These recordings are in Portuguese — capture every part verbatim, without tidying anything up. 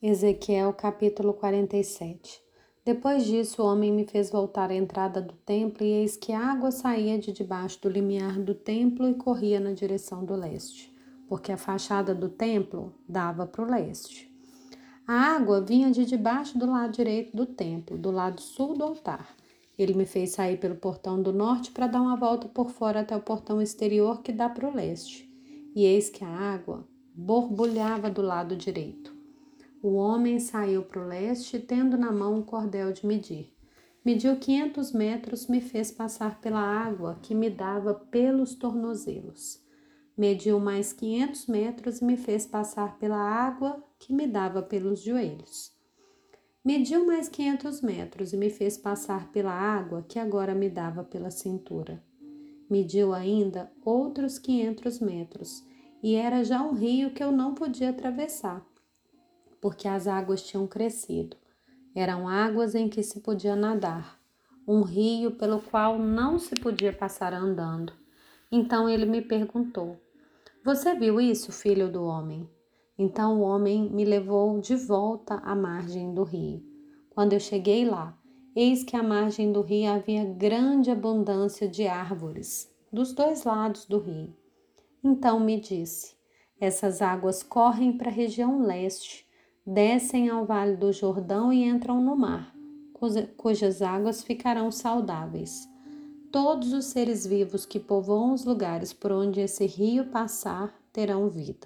Ezequiel capítulo quarenta e sete. Depois disso o homem me fez voltar à entrada do templo, e eis que a água saía de debaixo do limiar do templo e corria na direção do leste, porque a fachada do templo dava para o leste. A água vinha de debaixo do lado direito do templo, do lado sul do altar. Ele me fez sair pelo portão do norte para dar uma volta por fora até o portão exterior que dá para o leste. E eis que a água borbulhava do lado direito. O homem saiu para o leste, tendo na mão um cordel de medir. Mediu quinhentos metros, me fez passar pela água que me dava pelos tornozelos. Mediu mais quinhentos metros e me fez passar pela água que me dava pelos joelhos. Mediu mais quinhentos metros e me fez passar pela água que agora me dava pela cintura. Mediu ainda outros quinhentos metros, e era já um rio que eu não podia atravessar, porque as águas tinham crescido. Eram águas em que se podia nadar, um rio pelo qual não se podia passar andando. Então ele me perguntou: "Você viu isso, filho do homem?" Então o homem me levou de volta à margem do rio. Quando eu cheguei lá, eis que à margem do rio havia grande abundância de árvores, dos dois lados do rio. Então me disse: "Essas águas correm para a região leste, descem ao vale do Jordão e entram no mar, cujas águas ficarão saudáveis. Todos os seres vivos que povoam os lugares por onde esse rio passar terão vida.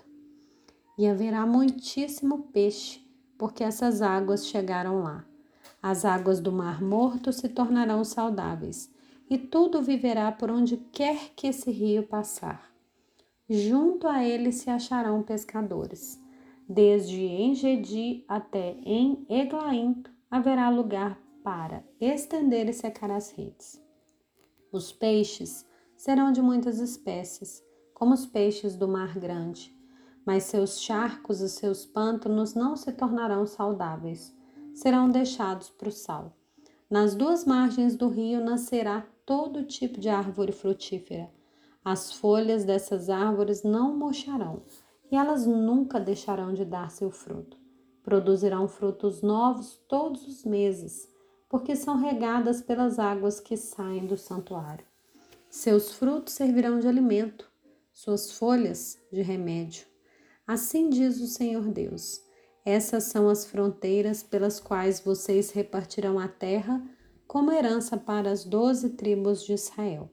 E haverá muitíssimo peixe, porque essas águas chegaram lá. As águas do Mar Morto se tornarão saudáveis, e tudo viverá por onde quer que esse rio passar. Junto a ele se acharão pescadores. Desde Engedi até em Eglaim haverá lugar para estender e secar as redes. Os peixes serão de muitas espécies, como os peixes do mar grande, mas seus charcos e seus pântanos não se tornarão saudáveis, serão deixados para o sal. Nas duas margens do rio nascerá todo tipo de árvore frutífera. As folhas dessas árvores não murcharão, e elas nunca deixarão de dar seu fruto. Produzirão frutos novos todos os meses, porque são regadas pelas águas que saem do santuário. Seus frutos servirão de alimento, suas folhas de remédio. Assim diz o Senhor Deus: essas são as fronteiras pelas quais vocês repartirão a terra como herança para as doze tribos de Israel.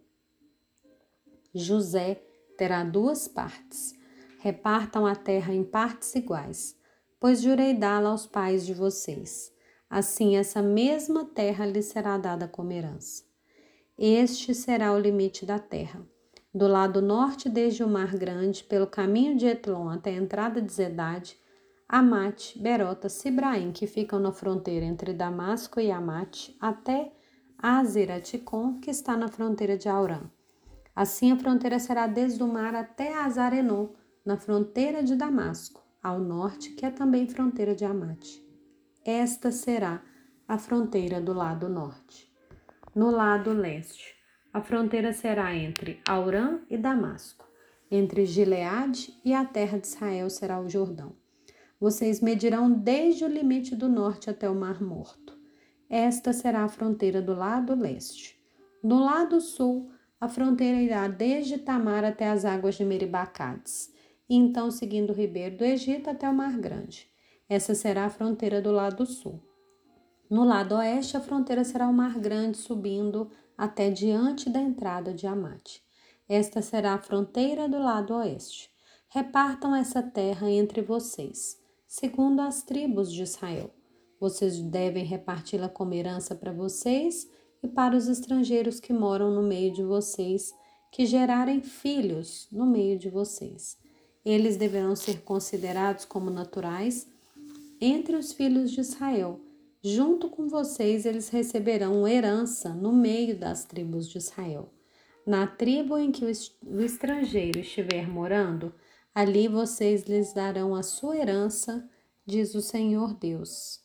José terá duas partes. Repartam a terra em partes iguais, pois jurei dá-la aos pais de vocês. Assim, essa mesma terra lhes será dada como herança. Este será o limite da terra. Do lado norte, desde o Mar Grande, pelo caminho de Etlon até a entrada de Zedade, Amate, Berota, Sibraim, que ficam na fronteira entre Damasco e Amate, até Azeraticom, que está na fronteira de Aurã. Assim, a fronteira será desde o mar até Azarenon, na fronteira de Damasco, ao norte, que é também fronteira de Amate. Esta será a fronteira do lado norte. No lado leste, a fronteira será entre Aurã e Damasco. Entre Gileade e a terra de Israel será o Jordão. Vocês medirão desde o limite do norte até o Mar Morto. Esta será a fronteira do lado leste. No lado sul, a fronteira irá desde Tamar até as águas de Meribacades, e então seguindo o ribeiro do Egito até o Mar Grande. Essa será a fronteira do lado sul. No lado oeste, a fronteira será o Mar Grande, subindo até diante da entrada de Amate. Esta será a fronteira do lado oeste. Repartam essa terra entre vocês, segundo as tribos de Israel. Vocês devem reparti-la como herança para vocês e para os estrangeiros que moram no meio de vocês, que gerarem filhos no meio de vocês. Eles deverão ser considerados como naturais entre os filhos de Israel. Junto com vocês, eles receberão herança no meio das tribos de Israel. Na tribo em que o estrangeiro estiver morando, ali vocês lhes darão a sua herança, diz o Senhor Deus.